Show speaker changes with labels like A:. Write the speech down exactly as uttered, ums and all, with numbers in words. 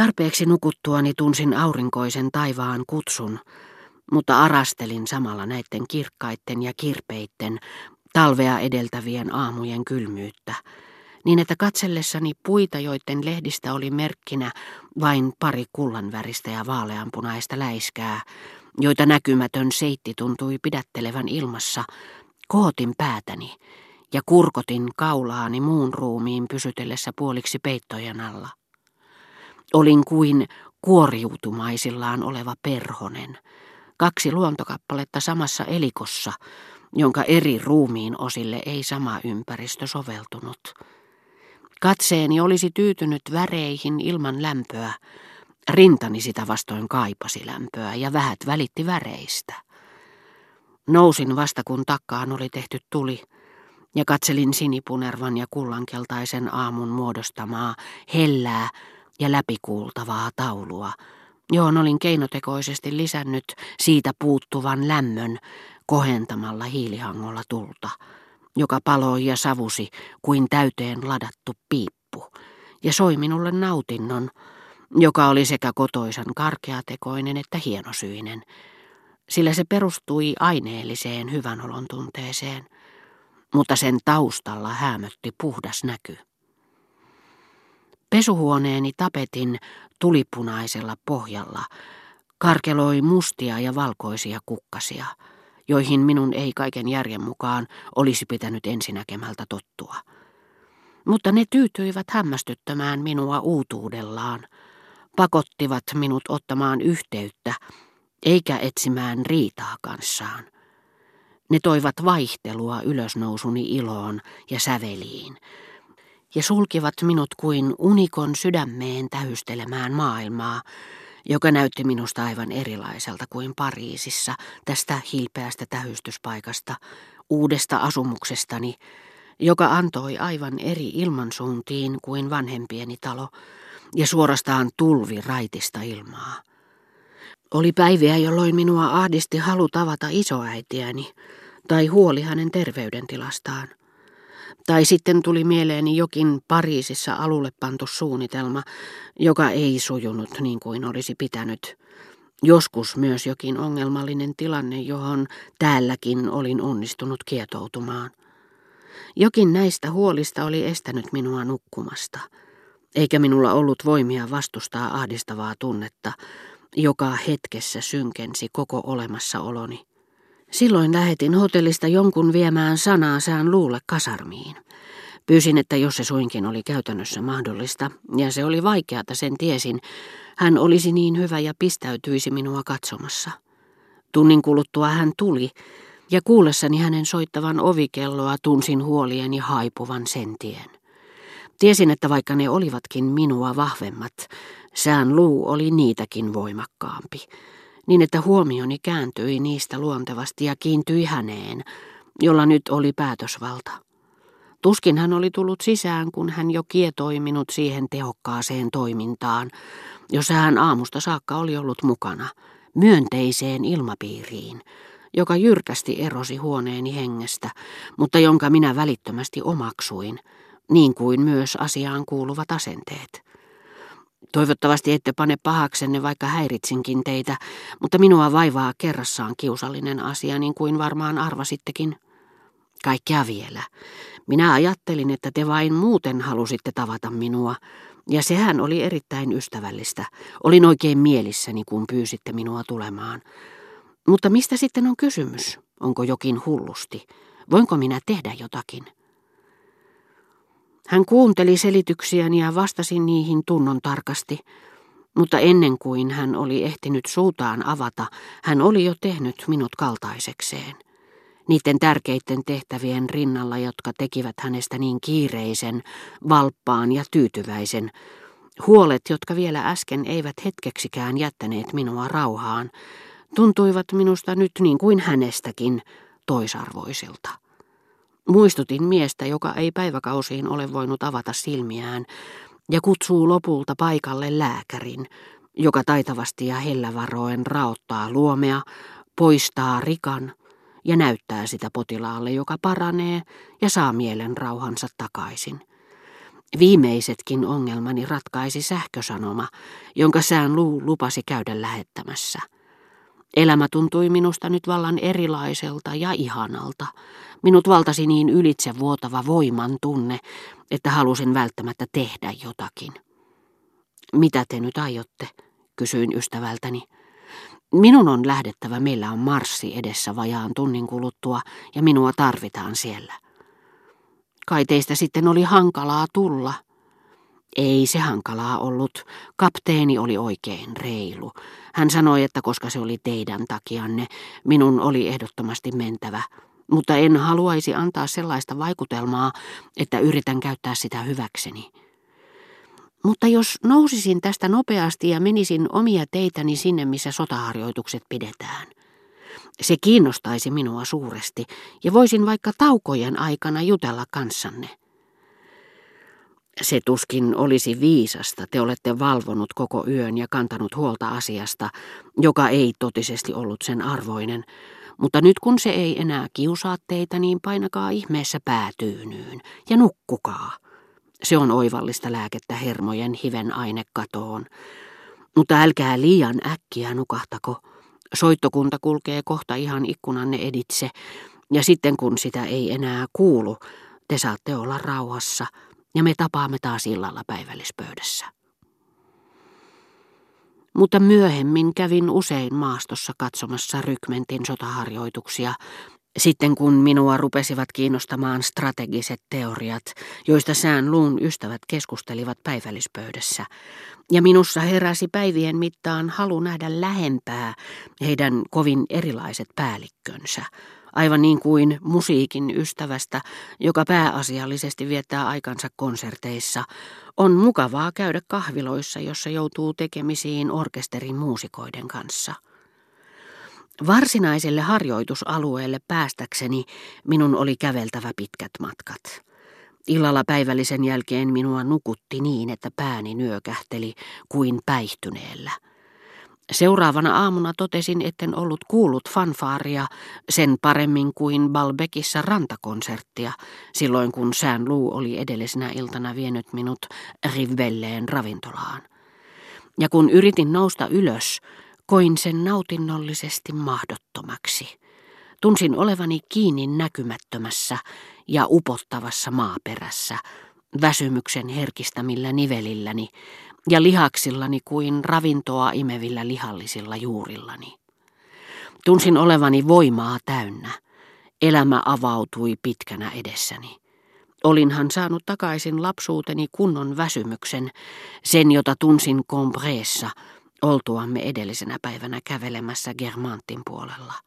A: Tarpeeksi nukuttuani tunsin aurinkoisen taivaan kutsun, mutta arastelin samalla näiden kirkkaitten ja kirpeitten, talvea edeltävien aamujen kylmyyttä, niin että katsellessani puita, joiden lehdistä oli merkkinä vain pari kullanväristä ja vaaleanpunaista läiskää, joita näkymätön seitti tuntui pidättelevän ilmassa, kohotin päätäni ja kurkotin kaulaani muun ruumiin pysytellessä puoliksi peittojen alla. Olin kuin kuoriutumaisillaan oleva perhonen, kaksi luontokappaletta samassa elikossa, jonka eri ruumiin osille ei sama ympäristö soveltunut. Katseeni olisi tyytynyt väreihin ilman lämpöä, rintani sitä vastoin kaipasi lämpöä ja vähät välitti väreistä. Nousin vasta kun takkaan oli tehty tuli ja katselin sinipunervan ja kullankeltaisen aamun muodostamaa hellää ja läpikuultavaa taulua, johon olin keinotekoisesti lisännyt siitä puuttuvan lämmön kohentamalla hiilihangolla tulta, joka paloi ja savusi kuin täyteen ladattu piippu, ja soi minulle nautinnon, joka oli sekä kotoisan karkeatekoinen että hienosyinen, sillä se perustui aineelliseen hyvänolon tunteeseen, mutta sen taustalla häämötti puhdas näky. Pesuhuoneeni tapetin tulipunaisella pohjalla karkeloi mustia ja valkoisia kukkasia, joihin minun ei kaiken järjen mukaan olisi pitänyt ensinäkemältä tottua. Mutta ne tyytyivät hämmästyttämään minua uutuudellaan, pakottivat minut ottamaan yhteyttä, eikä etsimään riitaa kanssaan. Ne toivat vaihtelua ylösnousuni iloon ja säveliin, ja sulkivat minut kuin unikon sydämeen tähystelemään maailmaa, joka näytti minusta aivan erilaiselta kuin Pariisissa, tästä hilpeästä tähystyspaikasta, uudesta asumuksestani, joka antoi aivan eri ilmansuuntiin kuin vanhempieni talo ja suorastaan tulvi raitista ilmaa. Oli päiviä, jolloin minua ahdisti halu tavata isoäitiäni tai huoli hänen terveydentilastaan. Tai sitten tuli mieleeni jokin Pariisissa alulle pantu suunnitelma, joka ei sujunut niin kuin olisi pitänyt. Joskus myös jokin ongelmallinen tilanne, johon täälläkin olin onnistunut kietoutumaan. Jokin näistä huolista oli estänyt minua nukkumasta, eikä minulla ollut voimia vastustaa ahdistavaa tunnetta, joka hetkessä synkensi koko olemassaoloni. Silloin lähetin hotellista jonkun viemään sanaa sään luulle kasarmiin. Pyysin, että jos se suinkin oli käytännössä mahdollista, ja se oli vaikeata, sen tiesin, hän olisi niin hyvä ja pistäytyisi minua katsomassa. Tunnin kuluttua hän tuli, ja kuullessani hänen soittavan ovikelloa tunsin huolieni haipuvan sen tien. Tiesin, että vaikka ne olivatkin minua vahvemmat, sään luu oli niitäkin voimakkaampi, niin että huomioni kääntyi niistä luontevasti ja kiintyi häneen, jolla nyt oli päätösvalta. Tuskin hän oli tullut sisään, kun hän jo kietoi minut siihen tehokkaaseen toimintaan, jossa hän aamusta saakka oli ollut mukana, myönteiseen ilmapiiriin, joka jyrkästi erosi huoneeni hengestä, mutta jonka minä välittömästi omaksuin, niin kuin myös asiaan kuuluvat asenteet. Toivottavasti ette pane pahaksenne, vaikka häiritsinkin teitä, mutta minua vaivaa kerrassaan kiusallinen asia, niin kuin varmaan arvasittekin. Kaikkea vielä. Minä ajattelin, että te vain muuten halusitte tavata minua, ja sehän oli erittäin ystävällistä. Olin oikein mielissäni, kun pyysitte minua tulemaan. Mutta mistä sitten on kysymys? Onko jokin hullusti? Voinko minä tehdä jotakin? Hän kuunteli selityksiäni ja vastasi niihin tunnon tarkasti, mutta ennen kuin hän oli ehtinyt suutaan avata, hän oli jo tehnyt minut kaltaisekseen. Niiden tärkeiden tehtävien rinnalla, jotka tekivät hänestä niin kiireisen, valppaan ja tyytyväisen, huolet, jotka vielä äsken eivät hetkeksikään jättäneet minua rauhaan, tuntuivat minusta nyt niin kuin hänestäkin toisarvoisilta. Muistutin miestä, joka ei päiväkausiin ole voinut avata silmiään, ja kutsuu lopulta paikalle lääkärin, joka taitavasti ja hellävaroen raottaa luomea, poistaa rikan ja näyttää sitä potilaalle, joka paranee ja saa mielen rauhansa takaisin. Viimeisetkin ongelmani ratkaisi sähkösanoma, jonka sään Luu lupasi käydä lähettämässä. Elämä tuntui minusta nyt vallan erilaiselta ja ihanalta. Minut valtasi niin ylitse vuotava voiman tunne, että halusin välttämättä tehdä jotakin. Mitä te nyt aiotte? Kysyin ystävältäni. Minun on lähdettävä, meillä on marssi edessä vajaan tunnin kuluttua ja minua tarvitaan siellä. Kai teistä sitten oli hankalaa tulla. Ei se hankalaa ollut. Kapteeni oli oikein reilu. Hän sanoi, että koska se oli teidän takianne, minun oli ehdottomasti mentävä. Mutta en haluaisi antaa sellaista vaikutelmaa, että yritän käyttää sitä hyväkseni. Mutta jos nousisin tästä nopeasti ja menisin omia teitäni sinne, missä sotaharjoitukset pidetään. Se kiinnostaisi minua suuresti ja voisin vaikka taukojen aikana jutella kanssanne. Se tuskin olisi viisasta, te olette valvonut koko yön ja kantanut huolta asiasta, joka ei totisesti ollut sen arvoinen. Mutta nyt kun se ei enää kiusaa teitä, niin painakaa ihmeessä päätyynyyn ja nukkukaa. Se on oivallista lääkettä hermojen hiven ainekatoon. Mutta älkää liian äkkiä nukahtako. Soittokunta kulkee kohta ihan ikkunanne editse, ja sitten kun sitä ei enää kuulu, te saatte olla rauhassa, ja me tapaamme taas illalla päivällispöydässä. Mutta myöhemmin kävin usein maastossa katsomassa rykmentin sotaharjoituksia, sitten kun minua rupesivat kiinnostamaan strategiset teoriat, joista sään Luun ystävät keskustelivat päivällispöydässä, ja minussa heräsi päivien mittaan halu nähdä lähempää heidän kovin erilaiset päällikkönsä, aivan niin kuin musiikin ystävästä, joka pääasiallisesti viettää aikansa konserteissa, on mukavaa käydä kahviloissa, jossa joutuu tekemisiin orkesterin muusikoiden kanssa. Varsinaiselle harjoitusalueelle päästäkseni minun oli käveltävä pitkät matkat. Illalla päivällisen jälkeen minua nukutti niin, että pääni nyökähteli kuin päihtyneellä. Seuraavana aamuna totesin, etten ollut kuullut fanfaaria sen paremmin kuin Balbekissa rantakonserttia, silloin kun sään Luu oli edellisenä iltana vienyt minut Rivbelleen ravintolaan. Ja kun yritin nousta ylös, koin sen nautinnollisesti mahdottomaksi. Tunsin olevani kiinni näkymättömässä ja upottavassa maaperässä, väsymyksen herkistämillä nivelilläni ja lihaksillani kuin ravintoa imevillä lihallisilla juurillani. Tunsin olevani voimaa täynnä. Elämä avautui pitkänä edessäni. Olinhan saanut takaisin lapsuuteni kunnon väsymyksen, sen jota tunsin Combreessa, oltuamme edellisenä päivänä kävelemässä Guermantin puolella.